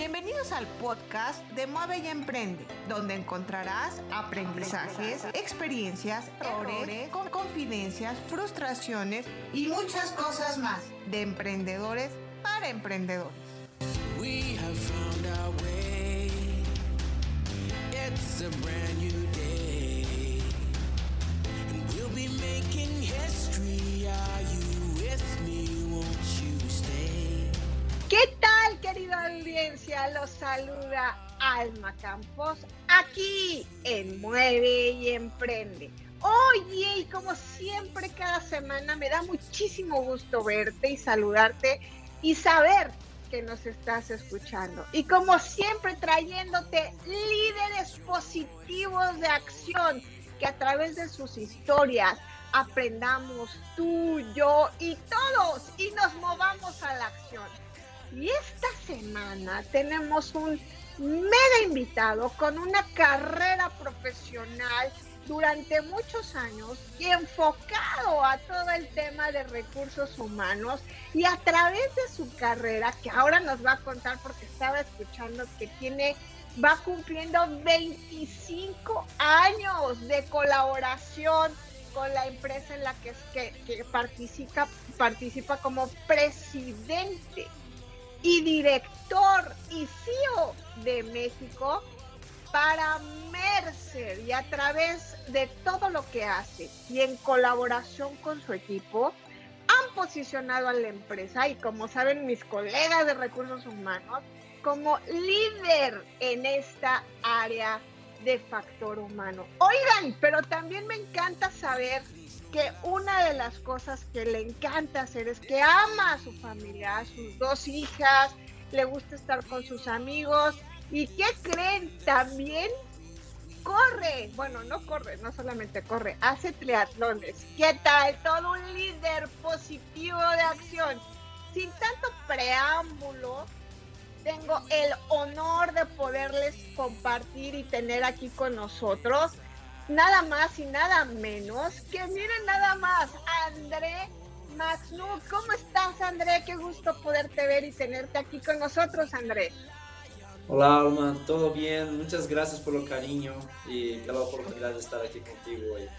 Bienvenidos al podcast de Mueve y Emprende, donde encontrarás aprendizajes, experiencias, errores, confidencias, frustraciones y muchas cosas más de emprendedores para emprendedores. We have found our way. It's a brand new day. And we'll be making history. Are you with me? Won't you stay? ¿Qué tal, querida audiencia? Los saluda Alma Campos, aquí en Mueve y Emprende. Oye, y como siempre, cada semana me da muchísimo gusto verte y saludarte y saber que nos estás escuchando. Y como siempre, trayéndote líderes positivos de acción, que a través de sus historias aprendamos tú, yo y todos y nos movamos a la acción. Y esta semana tenemos un mega invitado con una carrera profesional durante muchos años y enfocado a todo el tema de recursos humanos, y a través de su carrera, que ahora nos va a contar porque estaba escuchando que va cumpliendo 25 años de colaboración con la empresa en la que participa como presidente y director y CEO de México para Mercer, y a través de todo lo que hace y en colaboración con su equipo han posicionado a la empresa, y como saben mis colegas de recursos humanos, como líder en esta área de factor humano. Oigan, pero también me encanta saber que una de las cosas que le encanta hacer es que ama a su familia, a sus 2 hijas, le gusta estar con sus amigos. ¿Y qué creen? También corre, no solamente corre, hace triatlones. ¿Qué tal? Todo un líder positivo de acción. Sin tanto preámbulo, tengo el honor de poderles compartir y tener aquí con nosotros nada más y nada menos que, miren nada más, André Maxnud. ¿Cómo estás, André? Qué gusto poderte ver y tenerte aquí con nosotros, André. Hola, Alma, ¿todo bien? Muchas gracias por el cariño y por la oportunidad de estar aquí contigo hoy.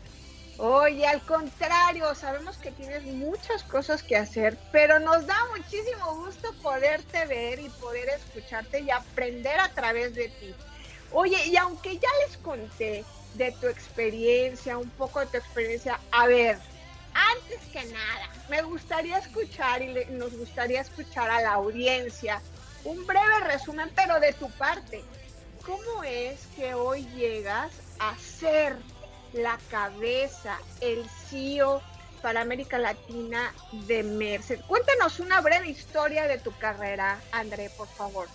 Oye, al contrario, sabemos que tienes muchas cosas que hacer, pero nos da muchísimo gusto poderte ver y poder escucharte y aprender a través de ti. Oye, y aunque ya les conté de tu experiencia, un poco de tu experiencia, a ver, antes que nada, me gustaría escuchar y nos gustaría escuchar a la audiencia un breve resumen, pero de tu parte. ¿Cómo es que hoy llegas a ser la cabeza, el CEO para América Latina de Mercer? Cuéntanos una breve historia de tu carrera, André, por favor.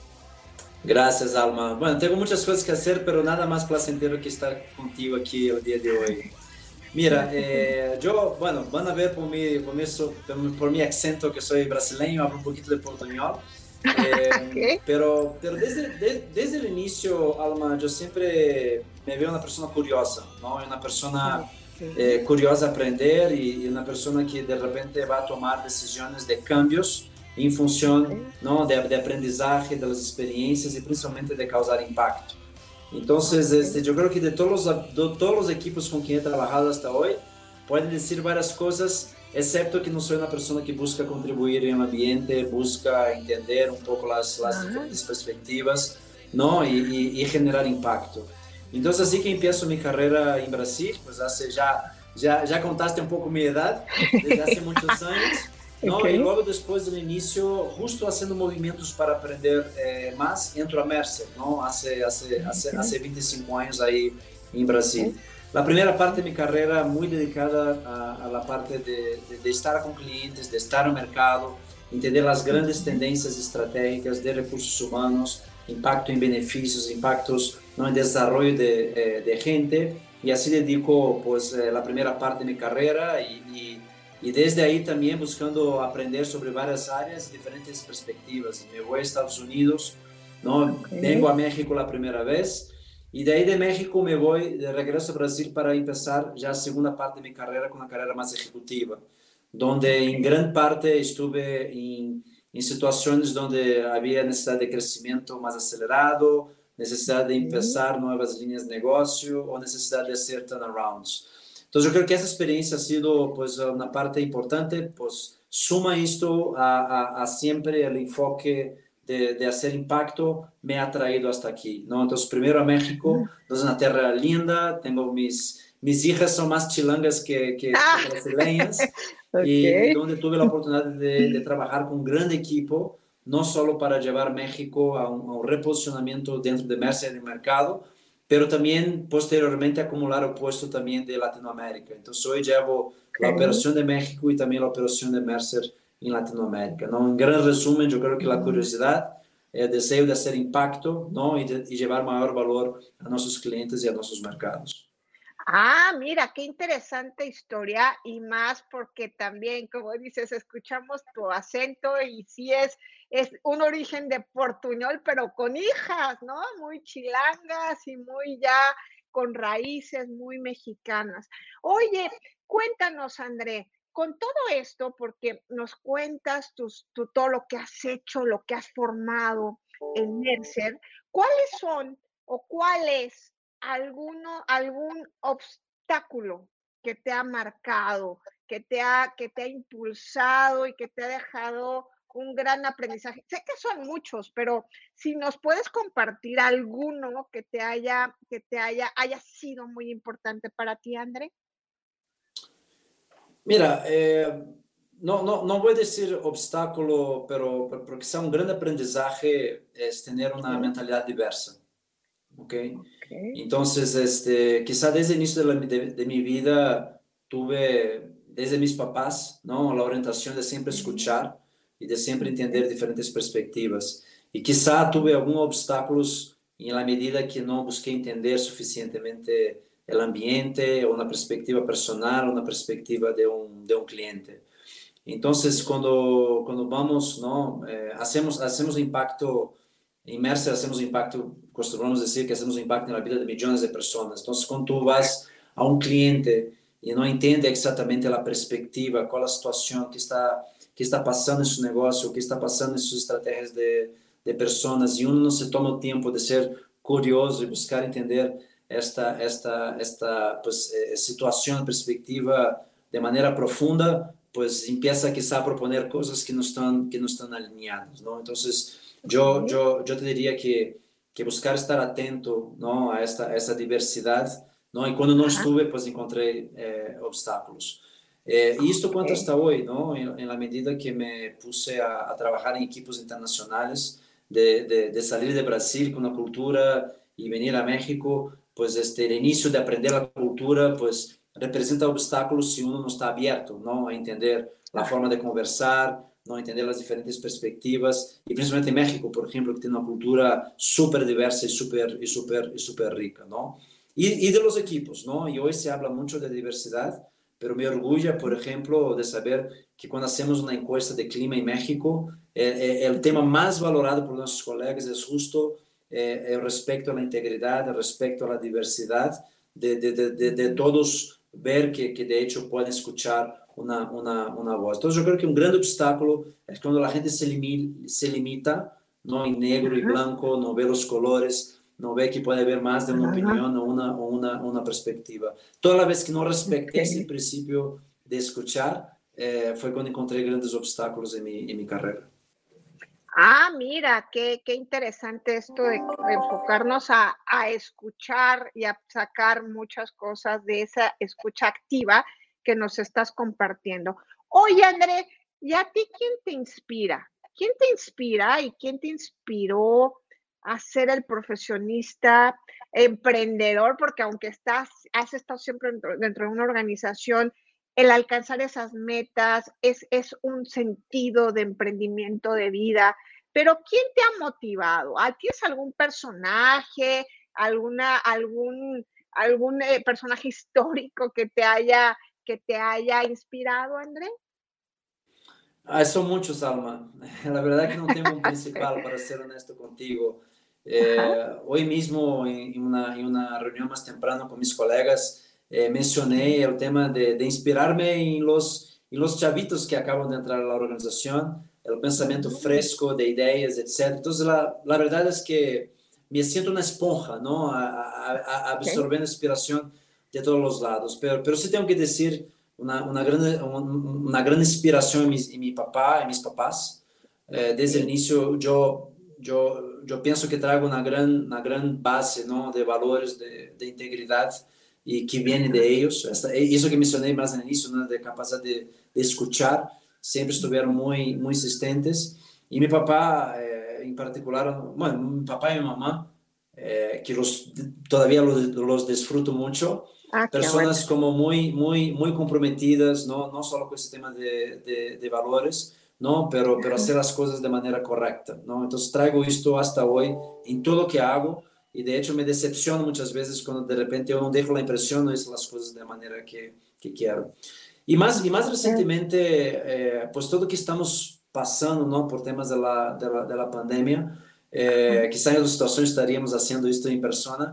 Gracias, Alma. Bueno, tengo muchas cosas que hacer, pero nada más placentero que estar contigo aquí el día de hoy. Mira, yo, bueno, van a ver por mi acento que soy brasileño, hablo un poquito de portuñol. Okay. Pero desde el inicio, Alma, yo siempre me veo una persona curiosa, ¿no? Una persona curiosa a aprender y una persona que de repente va a tomar decisiones de cambios en función, ¿no? de aprendizaje, de las experiencias y principalmente de causar impacto. Entonces, yo creo que de todos los equipos con quien he trabajado hasta hoy, pueden decir varias cosas, excepto que no soy una persona que busca contribuir en el ambiente, busca entender un poco las diferentes perspectivas, ¿no? y generar impacto. Entonces, así que empiezo mi carrera en Brasil, pues hace ya contaste un poco mi edad, desde hace muchos años, ¿no? Okay. Y luego después del inicio, justo haciendo movimientos para aprender más, entro a Mercer, ¿no? Hace 25 años ahí en Brasil. La primera parte de mi carrera muy dedicada a la parte de estar con clientes, de estar en el mercado, entender las grandes tendencias estratégicas de recursos humanos, impacto en beneficios, impactos, ¿no? en desarrollo de gente, y así dedico pues la primera parte de mi carrera y desde ahí también buscando aprender sobre varias áreas y diferentes perspectivas. Me voy a Estados Unidos, ¿no? Vengo a México la primera vez. Y de ahí de México me voy de regreso a Brasil para empezar ya la segunda parte de mi carrera con una carrera más ejecutiva, donde en gran parte estuve en situaciones donde había necesidad de crecimiento más acelerado, necesidad de empezar nuevas líneas de negocio o necesidad de hacer turnarounds. Entonces yo creo que esa experiencia ha sido pues una parte importante, pues suma esto a siempre el enfoque de hacer impacto me ha traído hasta aquí, ¿no? Entonces primero a México, entonces una tierra linda, tengo mis hijas son más chilangas que brasileñas, y donde tuve la oportunidad de trabajar con un gran equipo, no solo para llevar México a un reposicionamiento dentro de Mercer en el mercado, pero también posteriormente acumular el puesto también de Latinoamérica. Entonces hoy llevo la operación de México y también la operación de Mercer en Latinoamérica, ¿no? En gran resumen, yo creo que la curiosidad, el deseo de hacer impacto, ¿no? y llevar mayor valor a nuestros clientes y a nuestros mercados. Ah, mira, qué interesante historia y más porque también, como dices, escuchamos tu acento y sí es un origen de portuñol, pero con hijas, ¿no? Muy chilangas y muy ya con raíces muy mexicanas. Oye, cuéntanos, André, con todo esto, porque nos cuentas todo lo que has hecho, lo que has formado en Mercer, ¿cuáles son o cuál es algún obstáculo que te ha marcado, que te ha impulsado y que te ha dejado un gran aprendizaje? Sé que son muchos, pero si nos puedes compartir alguno que haya sido muy importante para ti, André. Mira, no voy a decir obstáculo, pero porque sea un gran aprendizaje es tener una mentalidad diversa. ¿Okay? Entonces, quizá desde el inicio de mi vida tuve, desde mis papás, ¿no? La orientación de siempre escuchar y de siempre entender diferentes perspectivas. Y quizá tuve algunos obstáculos en la medida que no busqué entender suficientemente el ambiente, o una perspectiva personal, una perspectiva de un cliente. Entonces, cuando vamos, ¿no? Hacemos impacto. En Mercer hacemos impacto, costumbramos decir que hacemos impacto en la vida de millones de personas. Entonces, cuando tú vas a un cliente y no entiende exactamente la perspectiva, cuál es la situación que está pasando en su negocio, qué está pasando en sus estrategias de personas, y uno no se toma el tiempo de ser curioso y buscar entender esta pues, situación, perspectiva de manera profunda, pues empieza quizá a proponer cosas que no están alineadas, ¿no? Entonces, yo te diría que buscar estar atento, ¿no? a esa diversidad, ¿no? Y cuando no estuve, pues encontré obstáculos. Y esto cuenta hasta hoy, ¿no? En la medida que me puse a trabajar en equipos internacionales, de salir de Brasil con una cultura y venir a México, pues el inicio de aprender la cultura, pues representa obstáculos si uno no está abierto, ¿no? A entender la forma de conversar, no entender las diferentes perspectivas, y principalmente México, por ejemplo, que tiene una cultura súper diversa y súper rica, ¿no? Y de los equipos, ¿no? Y hoy se habla mucho de diversidad, pero me orgulla, por ejemplo, de saber que cuando hacemos una encuesta de clima en México, el tema más valorado por nuestros colegas es justo el respecto a la integridad, el respecto a la diversidad, de todos ver que de hecho pueden escuchar una voz. Entonces yo creo que un gran obstáculo es cuando la gente se limita, ¿no? En negro y blanco, no ve los colores, no ve que puede haber más de una opinión o una perspectiva. Toda la vez que no respeté ese principio de escuchar, fue cuando encontré grandes obstáculos en mi carrera. Ah, mira, qué interesante esto de enfocarnos a escuchar y a sacar muchas cosas de esa escucha activa que nos estás compartiendo. Oye, André, ¿y a ti quién te inspira? ¿Quién te inspira y quién te inspiró a ser el profesionista, emprendedor? Porque aunque has estado siempre dentro de una organización, el alcanzar esas metas es un sentido de emprendimiento de vida. Pero ¿quién te ha motivado? ¿Tienes algún personaje, algún personaje histórico que te haya inspirado, André? Son muchos, Alma. La verdad que no tengo un principal, para ser honesto contigo. Hoy mismo, en una reunión más temprano con mis colegas, mencioné el tema de inspirarme en los chavitos que acaban de entrar a la organización, el pensamiento fresco de ideas, etc. Entonces, la verdad es que me siento una esponja, ¿no? Absorbiendo inspiración de todos los lados. Pero sí tengo que decir una gran inspiración en mi papá, en mis papás. Desde el inicio yo pienso que traigo una gran base, ¿no? De valores, de integridad, y que viene de ellos. Eso que mencioné más al inicio, ¿no? De capacidad de escuchar, siempre estuvieron muy insistentes. Y mi papá, en particular, bueno, mi papá y mi mamá, que todavía los disfruto mucho, personas como muy comprometidas, no solo con ese tema de valores, ¿no? Pero hacer las cosas de manera correcta, ¿no? Entonces traigo esto hasta hoy en todo lo que hago, y de hecho me decepciono muchas veces cuando de repente yo no dejo la impresión, no hice las cosas de manera que quiero. Y más recientemente, pues todo lo que estamos pasando, ¿no? Por temas de la pandemia, quizá en otras situaciones estaríamos haciendo esto en persona,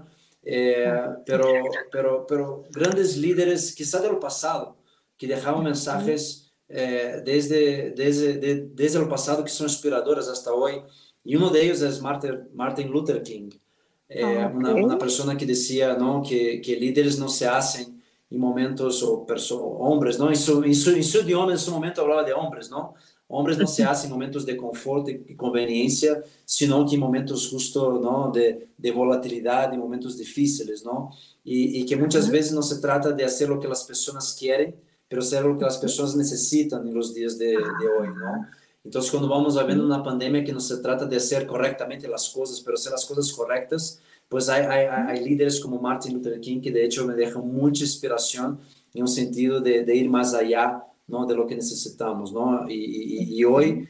pero grandes líderes, quizá del pasado, que dejaban mensajes desde el pasado, que son inspiradoras hasta hoy. Y uno de ellos es Martin Luther King, una persona que decía, ¿no? que líderes no se hacen en momentos, o hombres, ¿no? En su idioma, en su momento hablaba de hombres, ¿no? Hombres no se hacen en momentos de confort y conveniencia, sino que en momentos justo, ¿no? de volatilidad, en momentos difíciles, ¿no? Y que muchas veces no se trata de hacer lo que las personas quieren, pero hacer lo que las personas necesitan en los días de hoy, ¿no? Entonces, cuando vamos a ver una pandemia, que no se trata de hacer correctamente las cosas, pero hacer las cosas correctas, pues hay líderes como Martin Luther King, que de hecho me dejan mucha inspiración en un sentido de ir más allá, ¿no? De lo que necesitamos, ¿no? Y hoy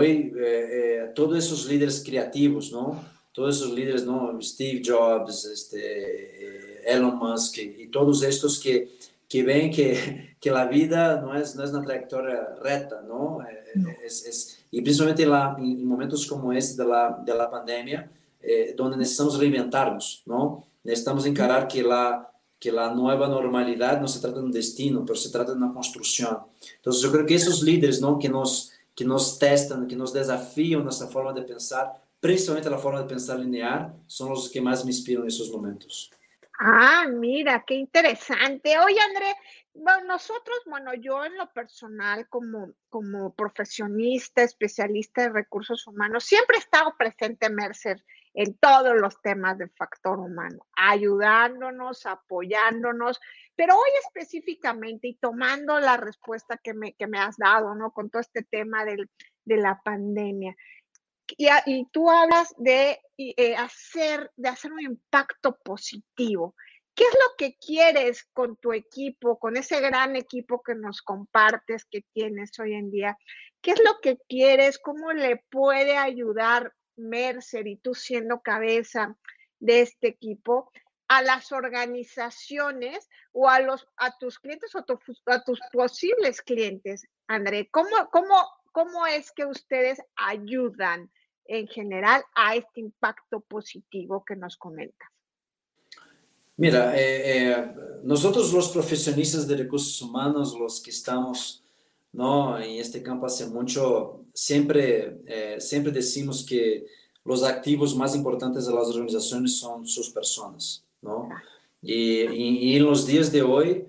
todos esos líderes creativos, ¿no? Todos esos líderes, ¿no? Steve Jobs, Elon Musk, y todos estos que ven que la vida no es una trayectoria recta, ¿no? Y principalmente en momentos como este de la pandemia, donde necesitamos reinventarnos, ¿no? Necesitamos encarar que la nueva normalidad no se trata de un destino, pero se trata de una construcción. Entonces yo creo que esos líderes, ¿no? que nos testan, que nos desafían nuestra forma de pensar, principalmente la forma de pensar lineal, son los que más me inspiran en esos momentos. Mira, qué interesante. Oye, André, yo en lo personal, como profesionista, especialista de recursos humanos, siempre he estado presente en Mercer en todos los temas del factor humano, ayudándonos, apoyándonos, pero hoy específicamente, y tomando la respuesta que me has dado, ¿no? Con todo este tema de la pandemia. Y tú hablas de hacer un impacto positivo. ¿Qué es lo que quieres con tu equipo, con ese gran equipo que nos compartes, que tienes hoy en día? ¿Qué es lo que quieres? ¿Cómo le puede ayudar Mercer, y tú siendo cabeza de este equipo, a las organizaciones o a tus clientes o a tus posibles clientes, André? ¿Cómo es que ustedes ayudan en general a este impacto positivo que nos comentas? Mira, nosotros los profesionistas de recursos humanos, los que estamos, ¿no? en este campo hace mucho, siempre decimos que los activos más importantes de las organizaciones son sus personas, ¿no? Y en los días de hoy,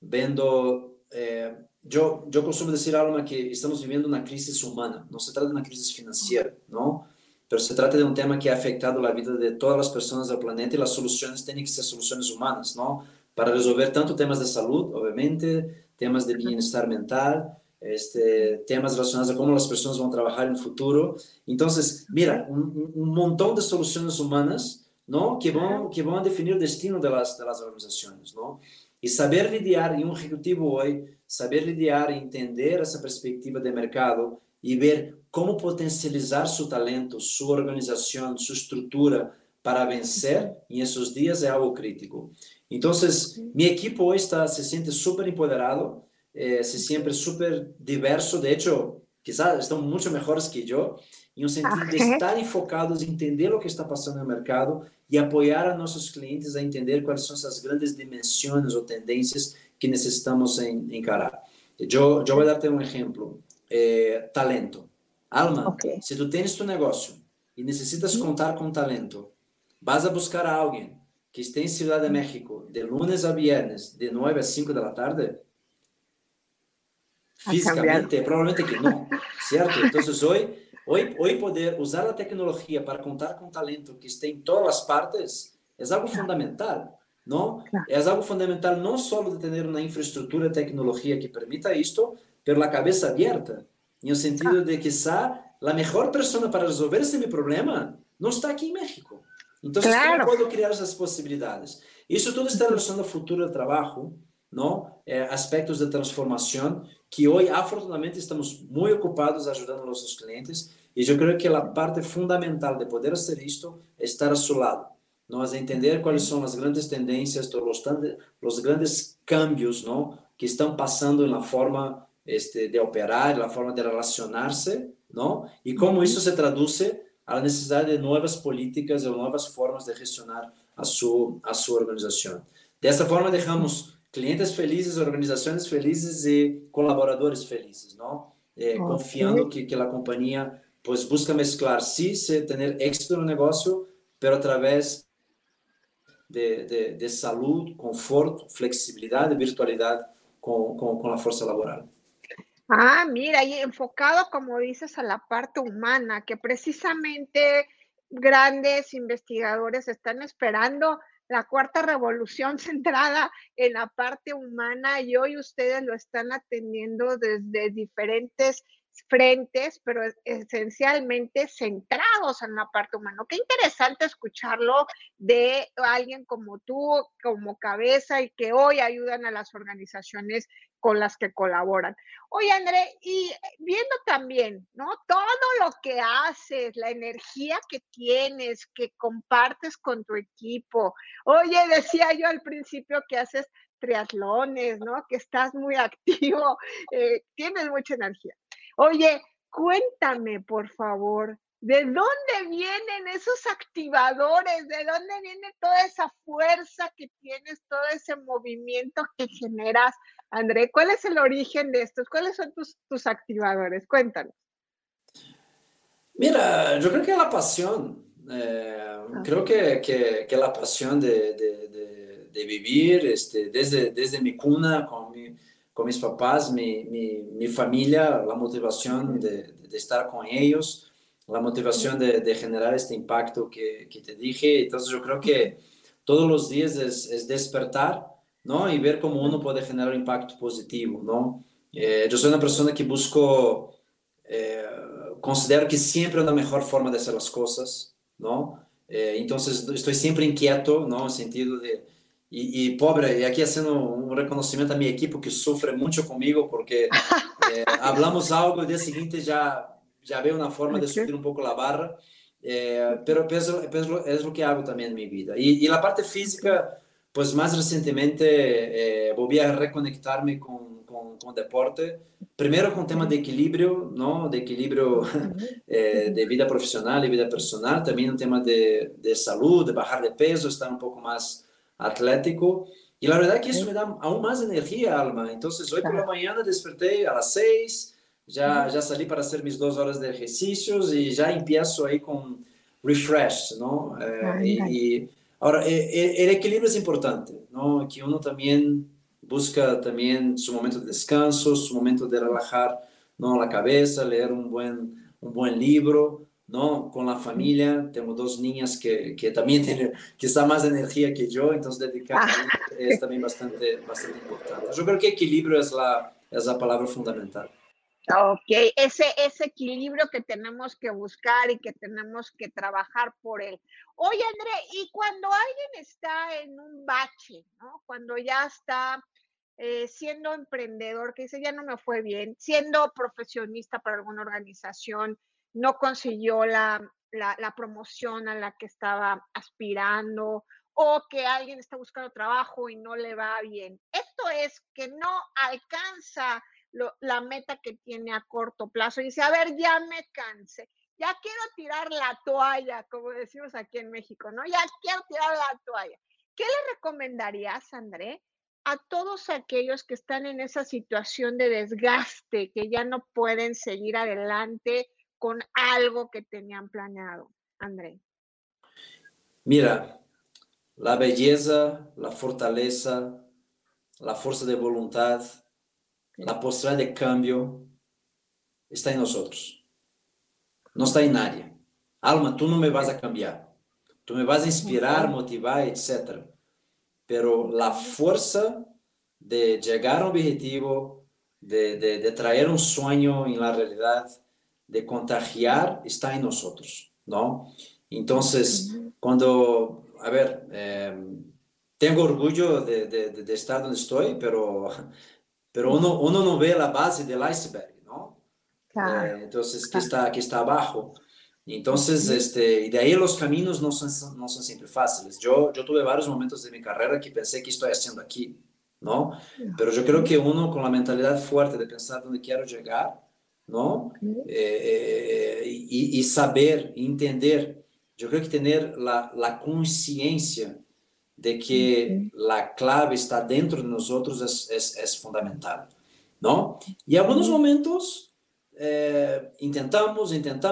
yo costumo decir, Alma, que estamos viviendo una crisis humana, no se trata de una crisis financiera, ¿no? Pero se trata de un tema que ha afectado la vida de todas las personas del planeta, y las soluciones tienen que ser soluciones humanas, ¿no? Para resolver tanto temas de salud, obviamente, temas de bienestar mental, temas relacionados a cómo las personas van a trabajar en el futuro. Entonces, mira, un montón de soluciones humanas, ¿no? que van a definir el destino de las organizaciones, ¿no? Y saber lidiar, y un ejecutivo hoy, saber lidiar y entender esa perspectiva de mercado y ver cómo potencializar su talento, su organización, su estructura para vencer en esos días es algo crítico. Entonces, mi equipo hoy se siente súper empoderado, se siente súper diverso. De hecho, quizás están mucho mejores que yo, en un sentido de estar enfocados en entender lo que está pasando en el mercado y apoyar a nuestros clientes a entender cuáles son esas grandes dimensiones o tendencias que necesitamos encarar. Yo voy a darte un ejemplo. Talento. Alma, Ok. si tú tienes tu negocio y necesitas contar con talento, vas a buscar a alguien que esté en Ciudad de México de lunes a viernes, de 9 a 5 de la tarde. Ha cambiado. Físicamente, probablemente que no, ¿cierto? Entonces hoy poder usar la tecnología para contar con talento que esté en todas las partes es algo fundamental, ¿no? Claro. Es algo fundamental no solo de tener una infraestructura de tecnología que permita esto, pero la cabeza abierta, en el sentido de que quizá la mejor persona para resolver ese mi problema no está aquí en México. Entonces, ¿cómo Claro. puedo crear esas posibilidades? Eso todo está relacionado al futuro del trabajo, ¿no? Aspectos de transformación que hoy afortunadamente estamos muy ocupados ayudando a nuestros clientes y yo creo que la parte fundamental de poder hacer esto es estar a su lado, ¿no? Es entender cuáles son las grandes tendencias, los grandes cambios, ¿no? Que están pasando en la forma de operar, en la forma de relacionarse, ¿no? Y cómo eso se traduce a la necesidad de nuevas políticas o nuevas formas de gestionar a su organización. De esta forma dejamos clientes felices, organizaciones felices y colaboradores felices, ¿no? Confiando que la compañía pues busca mezclar, sí, tener éxito en el negocio, pero a través de salud, confort, flexibilidad y virtualidad con la fuerza laboral. Ah, mira, y enfocado, como dices, a la parte humana, que precisamente grandes investigadores están esperando la cuarta revolución centrada en la parte humana y hoy ustedes lo están atendiendo desde diferentes frentes, pero esencialmente centrados en la parte humana. Qué interesante escucharlo de alguien como tú, como cabeza y que hoy ayudan a las organizaciones con las que colaboran. Oye, André, y viendo también, ¿no? Todo lo que haces, la energía que tienes, que compartes con tu equipo. Oye, decía yo al principio que haces triatlones, ¿no? Que estás muy activo, tienes mucha energía. Oye, cuéntame, por favor, ¿de dónde vienen esos activadores? ¿De dónde viene toda esa fuerza que tienes, todo ese movimiento que generas? André, ¿cuál es el origen de estos? ¿Cuáles son tus activadores? Cuéntanos. Mira, yo creo que la pasión, creo que la pasión de vivir desde mi cuna con mis papás, mi familia, la motivación de estar con ellos, la motivación de generar este impacto que te dije. Entonces yo creo que todos los días es despertar, ¿no? Y ver cómo uno puede generar un impacto positivo, ¿no? Yo soy una persona que busco... considero que siempre es la mejor forma de hacer las cosas, ¿no? Entonces estoy siempre inquieto, ¿no? En el sentido de... Y pobre, y aquí haciendo un reconocimiento a mi equipo que sufre mucho conmigo porque hablamos algo y el día siguiente ya veo una forma de subir un poco la barra, pero es lo que hago también en mi vida. Y la parte física, pues más recientemente volví a reconectarme con deporte, primero con temas de equilibrio, ¿no? De equilibrio de vida profesional y vida personal, también un tema de salud, de bajar de peso, estar un poco más atlético. Y la verdad que eso me da aún más energía, Alma. Entonces, hoy por la mañana desperté a las 6, ya salí para hacer mis 2 horas de ejercicios y ya empiezo ahí con refresh, ¿no? Y ahora, el equilibrio es importante, ¿no? Que uno también busca también su momento de descanso, su momento de relajar, ¿no? La cabeza, leer un buen libro, ¿no? Con la familia. Tengo 2 niñas que también tienen quizá más energía que yo, entonces dedicar a ellas es también bastante importante. Yo creo que equilibrio es la palabra fundamental. Ok, ese equilibrio que tenemos que buscar y que tenemos que trabajar por él. Oye, André, y cuando alguien está en un bache, ¿no? Cuando ya está siendo emprendedor, que dice, ya no me fue bien, siendo profesionista para alguna organización, no consiguió la promoción a la que estaba aspirando, o que alguien está buscando trabajo y no le va bien. Esto es que no alcanza la meta que tiene a corto plazo y dice, a ver, ya me cansé, ya quiero tirar la toalla, como decimos aquí en México, ¿no? Ya quiero tirar la toalla. ¿Qué le recomendarías, André, a todos aquellos que están en esa situación de desgaste, que ya no pueden seguir adelante con algo que tenían planeado, André? Mira, la belleza, la fortaleza, la fuerza de voluntad, la posibilidad de cambio está en nosotros. No está en nadie. Alma, tú no me vas a cambiar. Tú me vas a inspirar, motivar, etc. Pero la fuerza de llegar a un objetivo, de traer un sueño en la realidad, de contagiar, está en nosotros, ¿no? Entonces, cuando, a ver, tengo orgullo de estar donde estoy, pero uno no ve la base del iceberg, ¿no? Claro. Entonces, que está abajo. Entonces, y de ahí los caminos no son siempre fáciles. Yo tuve varios momentos de mi carrera que pensé que estoy haciendo aquí, ¿no? Pero yo creo que uno con la mentalidad fuerte de pensar dónde quiero llegar, ¿no? Y saber, entender, yo creo que tener la conciencia de que la clave está dentro de nosotros es fundamental, ¿no? Y algunos momentos intentamos,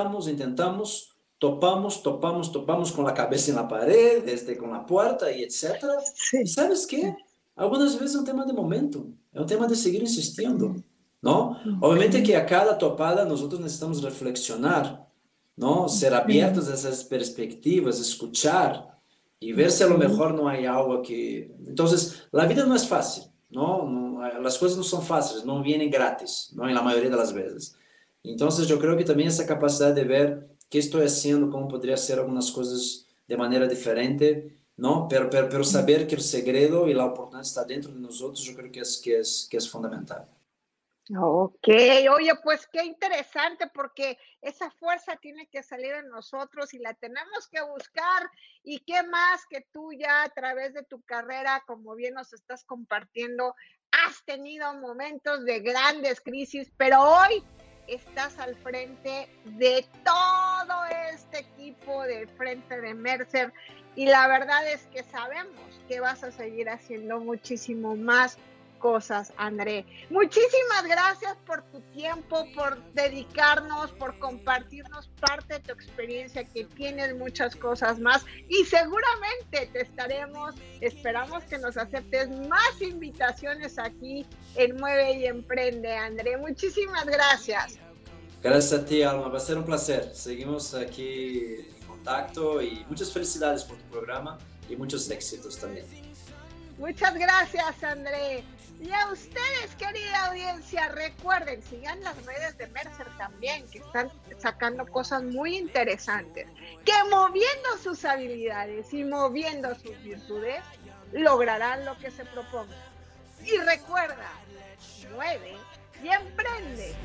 topamos con la cabeza en la pared, con la puerta y etcétera. Sí. ¿Y sabes qué? Algunas veces es un tema de momento, es un tema de seguir insistiendo, ¿no? Obviamente que a cada topada nosotros necesitamos reflexionar, ¿no? Ser abiertos a esas perspectivas, escuchar y ver si a lo mejor no hay algo que... Entonces, la vida no es fácil, ¿no? Las cosas no son fáciles, no vienen gratis, ¿no? En la mayoría de las veces. Entonces, yo creo que también esa capacidad de ver qué estoy haciendo, cómo podría hacer algunas cosas de manera diferente, ¿no? Pero saber que el segredo y la oportunidad está dentro de nosotros, yo creo que es fundamental. Ok, oye, pues qué interesante, porque esa fuerza tiene que salir en nosotros y la tenemos que buscar. Y qué más que tú ya a través de tu carrera, como bien nos estás compartiendo, has tenido momentos de grandes crisis, pero hoy estás al frente de todo este equipo de frente de Mercer, y la verdad es que sabemos que vas a seguir haciendo muchísimo más cosas, André. Muchísimas gracias por tu tiempo, por dedicarnos, por compartirnos parte de tu experiencia, que tienes muchas cosas más, y seguramente esperamos que nos aceptes más invitaciones aquí en Mueve y Emprende, André. Muchísimas gracias. Gracias a ti, Alma, va a ser un placer. Seguimos aquí en contacto y muchas felicidades por tu programa y muchos éxitos también. Muchas gracias, André. Y a ustedes, querida audiencia, recuerden, sigan las redes de Mercer también, que están sacando cosas muy interesantes, que moviendo sus habilidades y moviendo sus virtudes, lograrán lo que se propongan. Y recuerda, mueve y emprende.